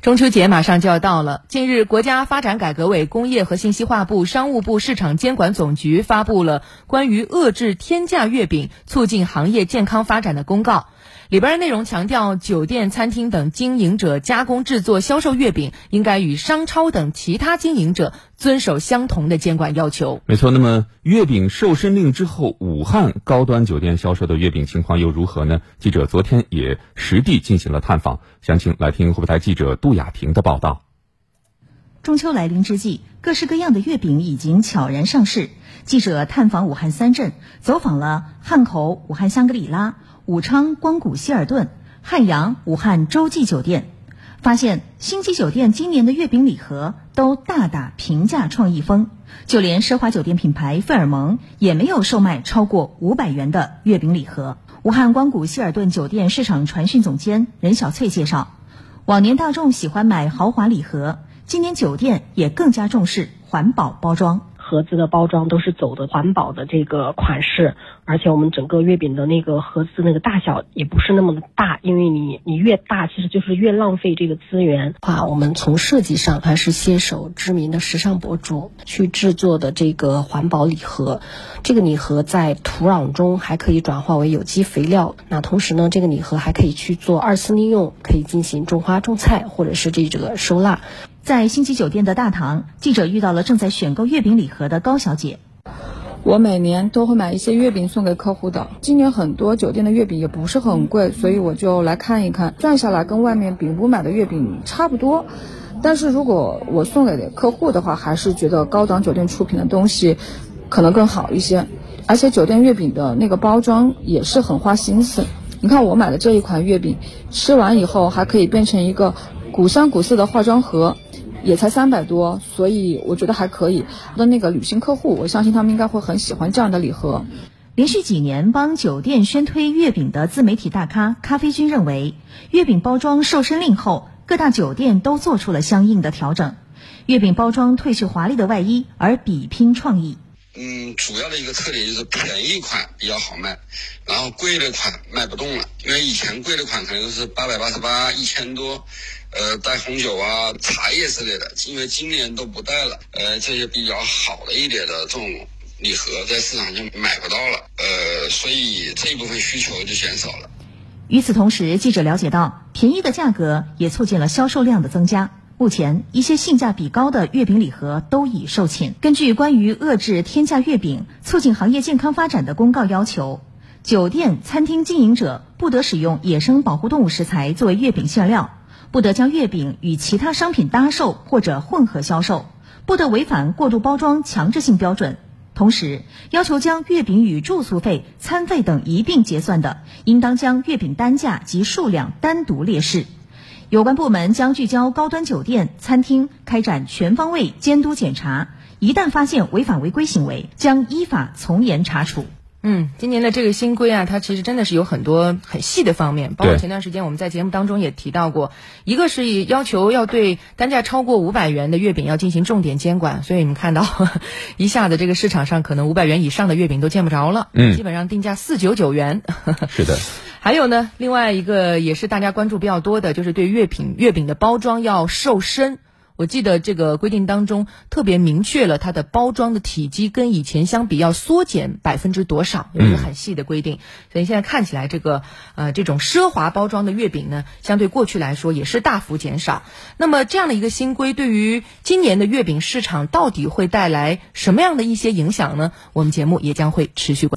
中秋节马上就要到了。近日，国家发展改革委、工业和信息化部、商务部市场监管总局发布了关于遏制天价月饼、促进行业健康发展的公告。里边的内容强调，酒店、餐厅等经营者加工制作、销售月饼，应该与商超等其他经营者遵守相同的监管要求。 没错，那么月饼瘦身令之后，武汉高端酒店销售的月饼情况又如何呢？记者昨天也实地进行了探访，详情来听湖北台记者杜雅萍的报道。 中秋来临之际，各式各样的月饼已经悄然上市。记者探访武汉三镇，走访了汉口武汉香格里拉、武昌光谷希尔顿、汉阳武汉洲际酒店，发现星级酒店今年的月饼礼盒都大打平价创意风，就连奢华酒店品牌费尔蒙也没有售卖超过500元的月饼礼盒。武汉光谷希尔顿酒店市场传讯总监任小翠介绍，往年大众喜欢买豪华礼盒，今年酒店也更加重视环保包装。 盒子的包装都是走的环保的这个款式，而且我们整个月饼的那个盒子那个大小也不是那么的大，因为你越大其实就是越浪费这个资源。我们从设计上还是携手知名的时尚博主去制作的这个环保礼盒。这个礼盒在土壤中还可以转化为有机肥料，那同时呢，这个礼盒还可以去做二次利用，可以进行种花种菜或者是这个收纳。在星级酒店的大堂，记者遇到了正在选购月饼礼盒的高小姐。 我每年都会买一些月饼送给客户的，今年很多酒店的月饼也不是很贵，所以我就来看一看，算下来跟外面饼屋买的月饼差不多。但是如果我送给客户的话，还是觉得高档酒店出品的东西可能更好一些，而且酒店月饼的那个包装也是很花心思。你看我买的这一款月饼，吃完以后还可以变成一个古香古色的化妆盒，也才300多，所以我觉得还可以。我的那个旅行客户，我相信他们应该会很喜欢这样的礼盒。 连续几年帮酒店宣推月饼的自媒体大咖咖啡君认为，月饼包装瘦身令后，各大酒店都做出了相应的调整。月饼包装褪去华丽的外衣，而比拼创意。 主要的一个特点就是便宜款比较好卖，然后贵的款卖不动了，因为以前贵的款可能是888、1000多，带红酒啊、茶叶之类的，因为今年都不带了，这些比较好的一点的这种礼盒在市场上买不到了，所以这一部分需求就减少了。 与此同时，记者了解到，便宜的价格也促进了销售量的增加。目前，一些性价比高的月饼礼盒都已售罄。根据关于遏制天价月饼、促进行业健康发展的公告要求，酒店、餐厅经营者不得使用野生保护动物食材作为月饼馅料，不得将月饼与其他商品搭售或者混合销售，不得违反过度包装强制性标准。同时，要求将月饼与住宿费、餐费等一并结算的，应当将月饼单价及数量单独列示。有关部门将聚焦高端酒店、餐厅，开展全方位监督检查，一旦发现违法违规行为，将依法从严查处。 今年的这个新规啊，它其实真的是有很多很细的方面，包括前段时间我们在节目当中也提到过，一个是要求要对单价超过500元的月饼要进行重点监管，所以你们看到一下子这个市场上可能500元以上的月饼都见不着了，基本上定价499元。 是的。 还有呢，另外一个也是大家关注比较多的，就是对月饼的包装要瘦身。我记得这个规定当中特别明确了它的包装的体积跟以前相比要缩减多少，有一个很细的规定。所以现在看起来这种奢华包装的月饼呢，相对过去来说也是大幅减少。那么这样的一个新规对于今年的月饼市场到底会带来什么样的一些影响呢？我们节目也将会持续关注。